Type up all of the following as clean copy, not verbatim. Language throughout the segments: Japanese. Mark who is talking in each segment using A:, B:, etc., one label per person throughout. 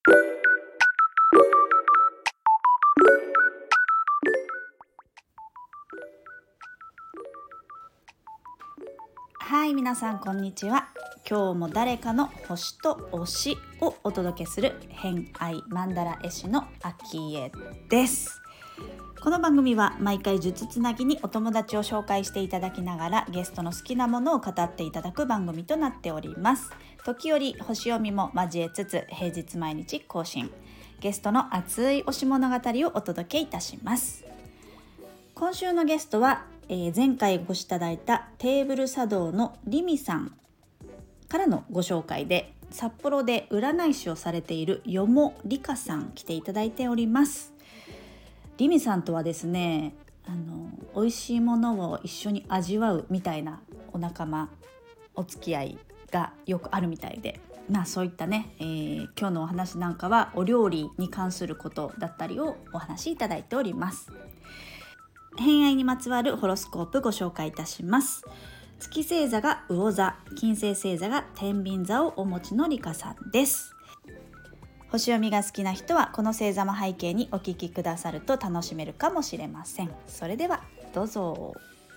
A: はい、皆さんこんにちは。今日も誰かの星と推しをお届けする偏愛マンダラ絵師のアキエです。この番組は毎回術つなぎにお友達を紹介していただきながらゲストの好きなものを語っていただく番組となっております。時折星読みも交えつつ平日毎日更新、ゲストの熱い推し物語をお届けいたします。今週のゲストは、前回ご視聴いただいたテーブル茶道のリミさんからのご紹介で、札幌で占い師をされているよもりかさん来ていただいております。リミさんとはですね、美味しいものを一緒に味わうみたいなお仲間、お付き合いがよくあるみたいで、そういったね、今日のお話なんかはお料理に関することだったりをお話しいただいております。偏愛にまつわるホロスコープご紹介いたします。月星座が魚座、金星星座が天秤座をお持ちのりかさんです。星読みが好きな人はこの星座も背景にお聞きくださると楽しめるかもしれません。それではどうぞ。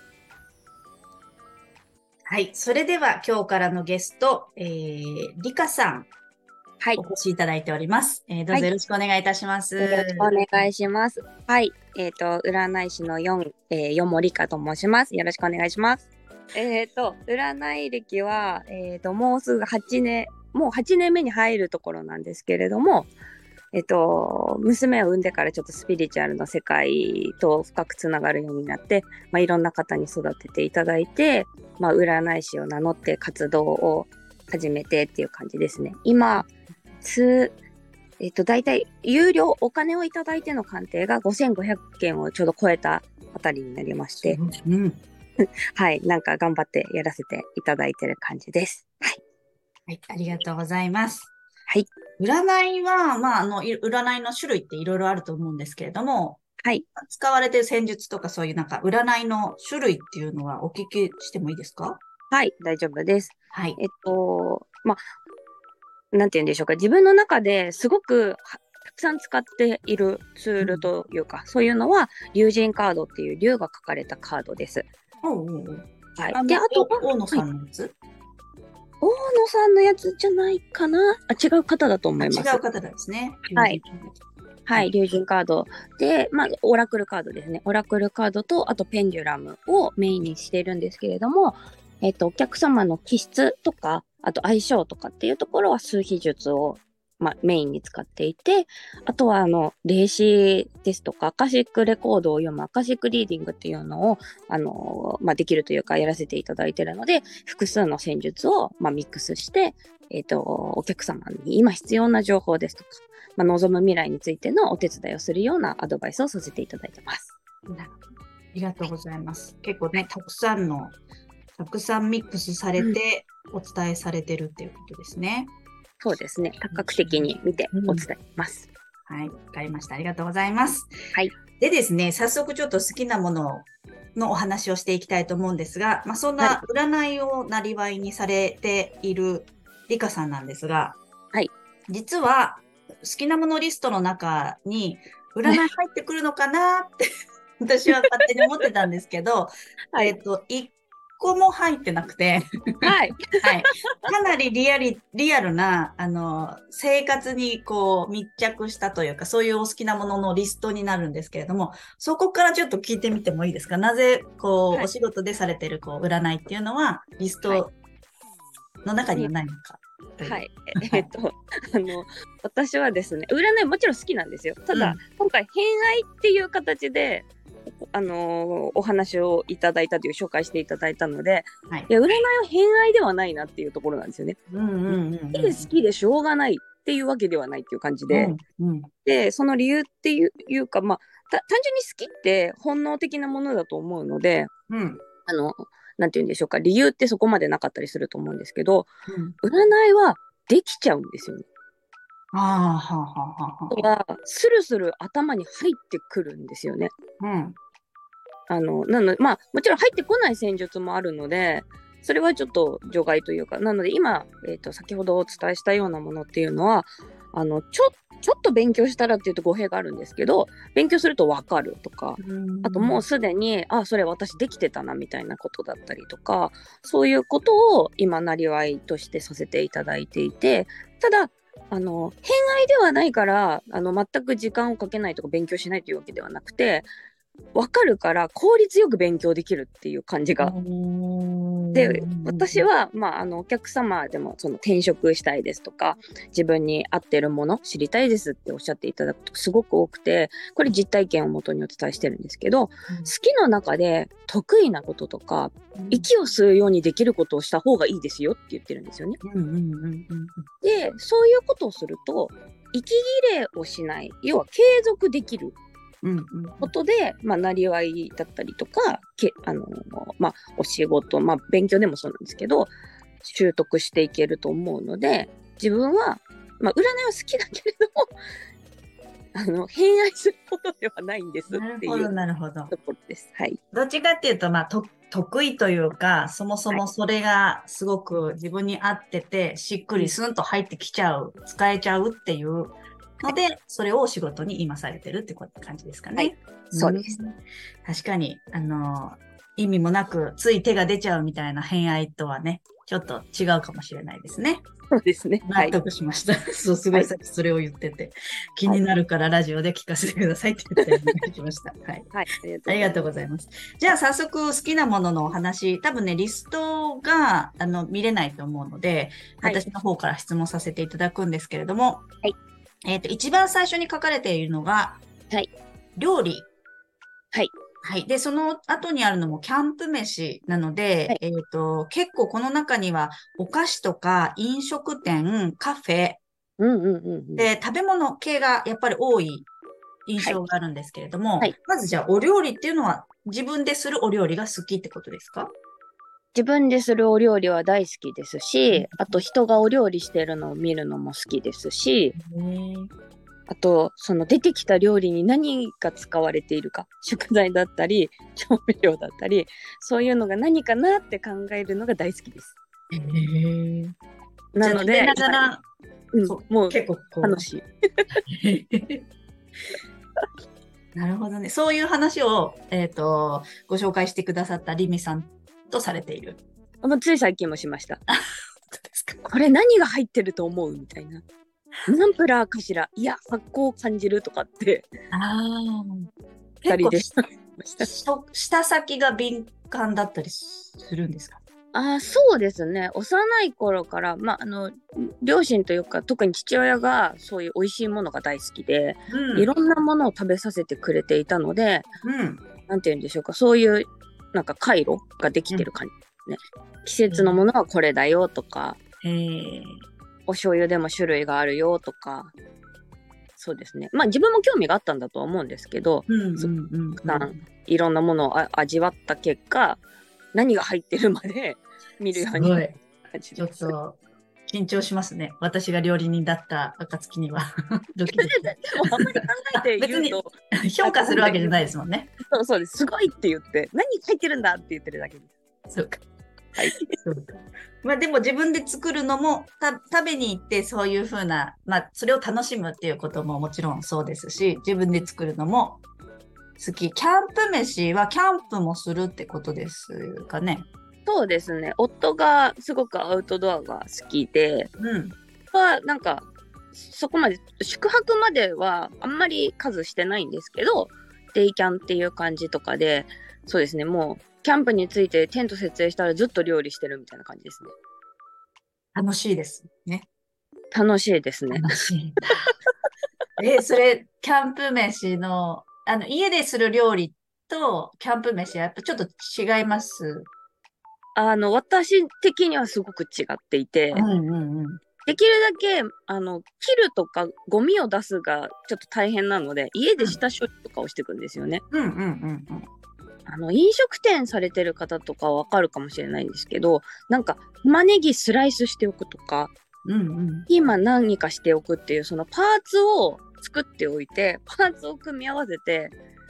A: はい、それでは今日からのゲスト、りかさん、お越しいただいております。どうぞよろしくお願いいたします。
B: よろしくお願いします。はい、占い師のよもりかと申します。よろしくお願いします。占い歴は、もうすぐ8年、もう8年目に入るところなんですけれども、娘を産んでからちょっとスピリチュアルの世界と深くつながるようになって、いろんな方に育てていただいて、占い師を名乗って活動を始めてっていう感じですね。今、だいたい有料お金をいただいての鑑定が5500件をちょうど超えたあたりになりまして、はい、なんか頑張ってやらせていただいてる感じです。
A: はい、ありがとうございます。
B: はい。
A: 占いは、占いの種類っていろいろあると思うんですけれども、
B: はい。
A: 使われている戦術とかそういう占いの種類っていうのはお聞きしてもいいですか？
B: はい、大丈夫です。
A: はい。
B: なんて言うんでしょうか、自分の中ですごくたくさん使っているツールというか、そういうのは龍神カードっていう龍が書かれたカードです。
A: はい。で、あと大野さんのやつ、
B: 大野さんのやつじゃないかな。違う方だと思います。
A: 違う方ですね。
B: はい。はい、龍神カードで、オラクルカードですね。オラクルカードと、あとペンデュラムをメインにしているんですけれども、お客様の気質とか、あと相性とかっていうところは数秘術を、メインに使っていて、あとは霊視ですとか、アカシックレコードを読むアカシックリーディングっていうのを、できるというかやらせていただいているので、複数の戦術を、ミックスして、お客様に今必要な情報ですとか、望む未来についてのお手伝いをするようなアドバイスをさせていただいてます。
A: ありがとうございます。結構ね、たくさんミックスされてお伝えされてるっていうことですね。
B: そうですね。多角的に見てお伝えします。
A: はい、わかりました。ありがとうございます。
B: はい。
A: でですね、早速ちょっと好きなもののお話をしていきたいと思うんですが、そんな占いをなりわいにされているりかさんなんですが、
B: はい。
A: 実は好きなものリストの中に占い入ってくるのかなって私は勝手に思ってたんですけど、一個も入ってなくて、
B: はい。
A: はい。かなりリアルな、生活にこう密着したというか、そういうお好きなもののリストになるんですけれども、そこからちょっと聞いてみてもいいですか？なぜ、お仕事でされてる、占いっていうのは、リストの中にはないのか。
B: はい。私はですね、占いもちろん好きなんですよ。ただ、今回、偏愛っていう形で、お話をいただいたという紹介していただいたので、いや占いは偏愛ではないなっていうところなんですよね。好きでしょうがないっていうわけではないっていう感じで、でその理由っていうか、単純に好きって本能的なものだと思うので、なんて言うんでしょうか、理由ってそこまでなかったりすると思うんですけど、占いはできちゃうんですよね。スルスル頭に入ってくるんですよね。なのでもちろん入ってこない戦術もあるので、それはちょっと除外というか、なので今、先ほどお伝えしたようなものっていうのはちょっちょっと勉強したらっていうと語弊があるんですけど、勉強すると分かるとか、あともうすでにそれ私できてたなみたいなことだったりとか、そういうことを今なりわいとしてさせていただいていて、ただ偏愛ではないから全く時間をかけないとか勉強しないというわけではなくて、分かるから効率よく勉強できるっていう感じが。で、私は、お客様でもその転職したいですとか、自分に合ってるもの知りたいですっておっしゃっていただくとすごく多くて、これ実体験をもとにお伝えしてるんですけど、好きの中で得意なこととか、息を吸うようにできることをした方がいいですよって言ってるんですよね。で、そういうことをすると息切れをしない、要は継続できることで、なりわいだったりとか、お仕事、勉強でもそうなんですけど、習得していけると思うので、自分は、占いは好きだけれども、偏愛するほどではないんですっていうところです。はい。
A: どっちかっていうと、得意というか、そもそもそれがすごく自分に合ってて、しっくりスンと入ってきちゃう、使えちゃうっていうので、それをお仕事に今されてるって感じですかね。はい、
B: そうです。
A: 確かに、意味もなく、つい手が出ちゃうみたいな偏愛とはね、ちょっと違うかもしれないですね。
B: そうですね。
A: 納得しました。そう、すごいさっきそれを言ってて、気になるからラジオで聞かせてくださいって言ってお願いしました。はい。ありがとうございます。じゃあ早速好きなもののお話、多分ね、リストが見れないと思うので、私の方から質問させていただくんですけれども、一番最初に書かれているのが、料理。で、その後にあるのもキャンプ飯なので、結構この中にはお菓子とか飲食店、カフェ、で、食べ物系がやっぱり多い印象があるんですけれども、まずじゃあお料理っていうのは自分でするお料理が好きってことですか？
B: 自分でするお料理は大好きですし、あと人がお料理してるのを見るのも好きですし、あとその出てきた料理に何が使われているか、食材だったり調味料だったり、そういうのが何かなって考えるのが大好きです。なのでもう結構楽しい。
A: なるほどね。そういう話を、ご紹介してくださったリミさんとされている。
B: つい最近もしました。これ何が入ってると思うみたいな。ナンプラーかしら、いや発酵を感じるとかって2人で
A: 舌先が敏感だったりするんですか？
B: そうですね。幼い頃から、両親というか特に父親がそういう美味しいものが大好きで、いろんなものを食べさせてくれていたので、なんて言うんでしょうか、そういうなんか回路ができてる感じですね。季節のものはこれだよとか、お醤油でも種類があるよとか、そうですね。自分も興味があったんだとは思うんですけど、いろんなものを味わった結果、何が入ってるまで見るようになり
A: ました。ちょっと緊張しますね。私が料理人だった暁には。
B: でもあんまり考えて言うと
A: 別に評価するわけじゃないですもんね。
B: そうです。すごいって言って何入ってるんだって言ってるだけです。
A: そうか。そうか。でも自分で作るのも食べに行ってそういう風な、それを楽しむっていうことももちろんそうですし、自分で作るのも好き。キャンプ飯はキャンプもするってことですかね？
B: そうですね。夫がすごくアウトドアが好きで、なんかそこまで宿泊まではあんまり数してないんですけど、デイキャンっていう感じとかで、そうですね。もうキャンプについてテント設営したらずっと料理してるみたいな感じですね。
A: 楽しいですね。
B: 楽しいですね。
A: 楽しいんだ。それキャンプ飯の家でする料理とキャンプ飯はやっぱちょっと違います？
B: 私的にはすごく違っていて、できるだけ切るとかゴミを出すがちょっと大変なので、家で下処理とかをしていくんですよね。飲食店されてる方とかはわかるかもしれないんですけど、なんか玉ねぎスライスしておくとか、ピーマン何かしておくっていう、そのパーツを作っておいて、パーツを組み合わせて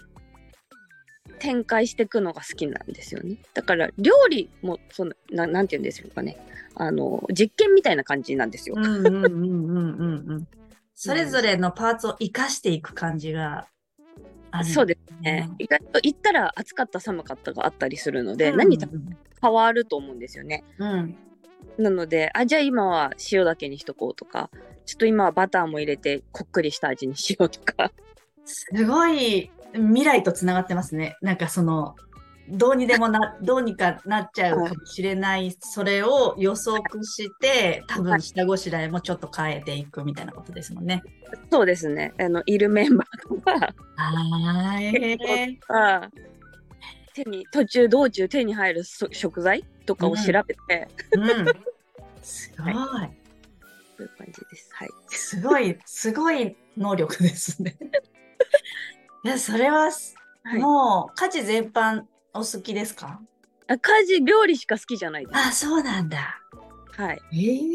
B: 展開していくのが好きなんですよね。だから料理もなんて言うんですかね、実験みたいな感じなんですよ。
A: それぞれのパーツを生かしていく感じがある。
B: そうですね。意外と行ったら暑かった寒かったがあったりするので、
A: うん
B: 何食べ変わると思うんですよね。
A: うん。
B: なので、じゃあ今は塩だけにしとこうとか、ちょっと今はバターも入れてこっくりした味にしようとか。
A: すごい未来とつながってますね。なんかその、どうにかなっちゃうかもしれない、それを予測して、多分下ごしらえもちょっと変えていくみたいなことですもんね。
B: そうですね。いるメンバーとか、
A: はい。
B: 道中手に入る食材とかを調べて、
A: うん。すごい。
B: そういう感じです。はい。
A: すごい能力ですね。いや、それは、
B: はい、
A: もう、家事全般お好きですか？
B: 料理しか好きじゃないです。
A: あ、そうなんだ。
B: はい。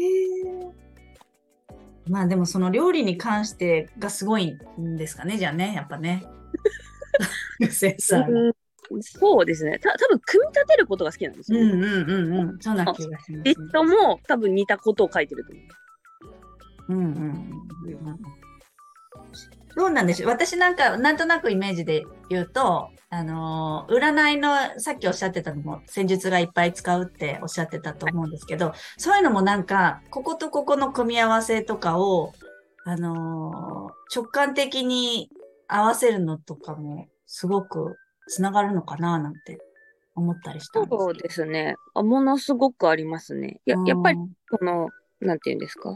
A: まあでもその料理に関してがすごいんですかね、じゃあね、やっぱね。センサーが。
B: そうですね。多分組み立てることが好きなんですよ、ね。
A: そんな気がします、
B: リストも多分似たことを書いてると思
A: う。どうなんでしょう。私なんとなくイメージで言うと、占いの、さっきおっしゃってたのも、戦術がいっぱい使うっておっしゃってたと思うんですけど、そういうのもなんか、こことここの組み合わせとかを、直感的に合わせるのとかも、すごくつながるのかな、なんて思ったりしたんです。
B: そうですね。ものすごくありますね。やっぱり、なんていうんですか。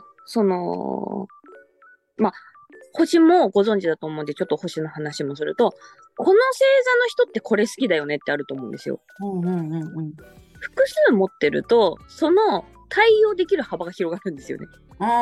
B: まあ、星もご存知だと思うんで、ちょっと星の話もすると、この星座の人ってこれ好きだよねってあると思うんですよ。複数持ってると、その対応できる幅が広がるんですよね。ちょ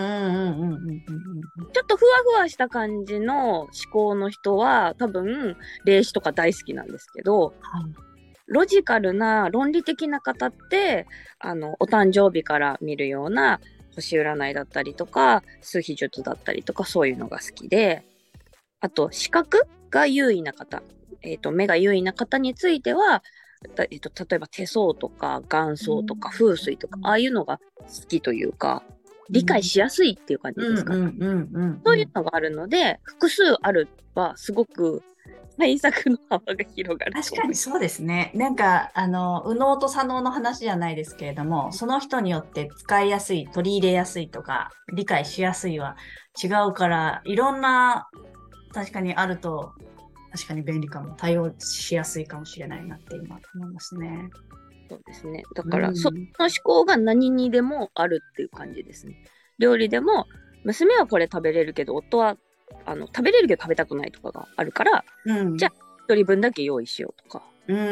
B: っとふわふわした感じの思考の人は、多分、霊視とか大好きなんですけど、ロジカルな論理的な方ってお誕生日から見るような星占いだったりとか数秘術だったりとかそういうのが好きで、あと視覚が優位な方、目が優位な方については、例えば手相とか元相とか風水とかああいうのが好きというか理解しやすいっていう感じですかね。そういうのがあるので複数あるはすごく対策の幅が広がる。
A: 確かにそうですね。なんか、右脳と左脳の話じゃないですけれども、その人によって使いやすい、取り入れやすいとか、理解しやすいは違うから、いろんな、確かにあると、確かに便利かも、対応しやすいかもしれないなって今思いますね。
B: そうですね。だから、その思考が何にでもあるっていう感じですね。料理でも、娘はこれ食べれるけど、夫は食べれるけど食べたくないとかがあるから、じゃあ一人分だけ用意しようとか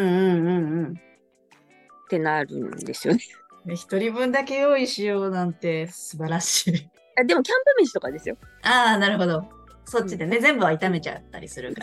B: ってなるんですよね。
A: 一人分だけ用意しようなんて素晴らしい。
B: でもキャンプ飯とかですよ。
A: ああ、なるほど。そっちでね、全部は炒めちゃったりするから。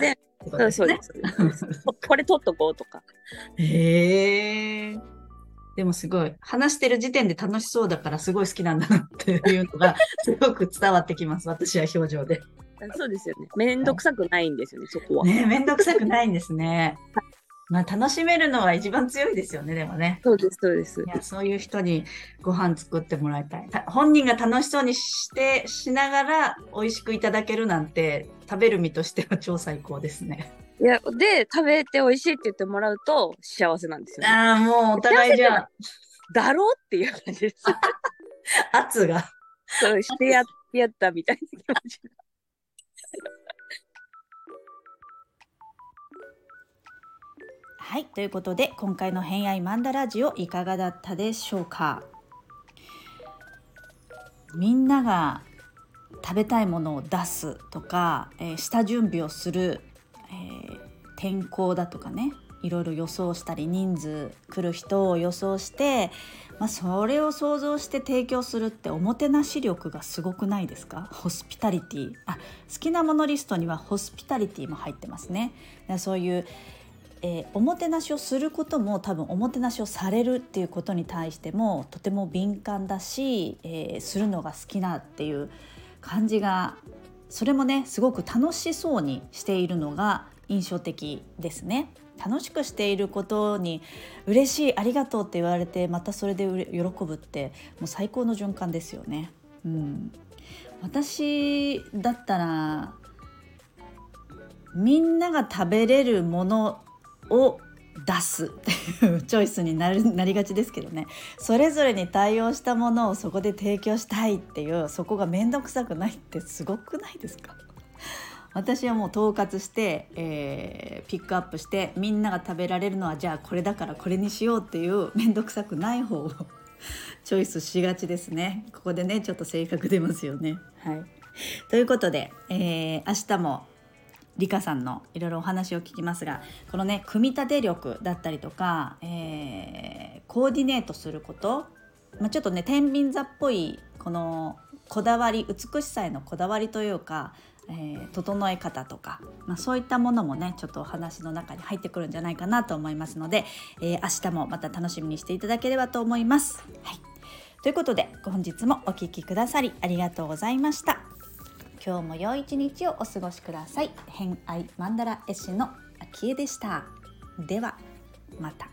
B: そうです。これ取っとこうとか。
A: へえ。でもすごい、話してる時点で楽しそうだからすごい好きなんだなっていうのがすごく伝わってきます。私は表情で。
B: そうですよね。めんどくさくないんですよね、そこは。
A: ね、めんどくさくないんですね。まあ楽しめるのは一番強いですよね、でもね。
B: そうです、そうです。
A: いや、そういう人にご飯作ってもらいたい。本人が楽しそうにしながら美味しくいただけるなんて、食べる身としては超最高ですね。
B: いや、で、食べて美味しいって言ってもらうと幸せなんですよね。
A: ああ、もうお互いじゃん。
B: だろうっていう感じです。
A: 圧が。
B: そうしてやったみたいな気持ち。
A: はい、ということで今回の偏愛マンダラジオいかがだったでしょうか。みんなが食べたいものを出すとか、下準備をする、天候だとかね、いろいろ予想したり人数来る人を予想して、それを想像して提供するっておもてなし力がすごくないですか？ホスピタリティ、好きなものリストにはホスピタリティも入ってますね。そういうおもてなしをすることも多分おもてなしをされるっていうことに対してもとても敏感だし、するのが好きなっていう感じが、それもねすごく楽しそうにしているのが印象的ですね。楽しくしていることに嬉しい、ありがとうって言われてまたそれで喜ぶってもう最高の循環ですよね。 私だったらみんなが食べれるものを出すっていうチョイスになりがちですけどね。それぞれに対応したものをそこで提供したいっていう、そこがめんどくさくないってすごくないですか？私はもう統括して、ピックアップしてみんなが食べられるのはじゃあこれだからこれにしようっていうめんどくさくない方をチョイスしがちですね。ここでねちょっと性格出ますよね。はい、ということで、明日もリカさんのいろいろお話を聞きますが、このね組み立て力だったりとか、コーディネートすること、ちょっとね天秤座っぽいこのこだわり、美しさへのこだわりというか、整え方とか、そういったものもねちょっとお話の中に入ってくるんじゃないかなと思いますので、明日もまた楽しみにしていただければと思います。はい、ということで本日もお聞きくださりありがとうございました。今日も良い一日をお過ごしください。偏愛マンダラ絵師のあきえでした。ではまた。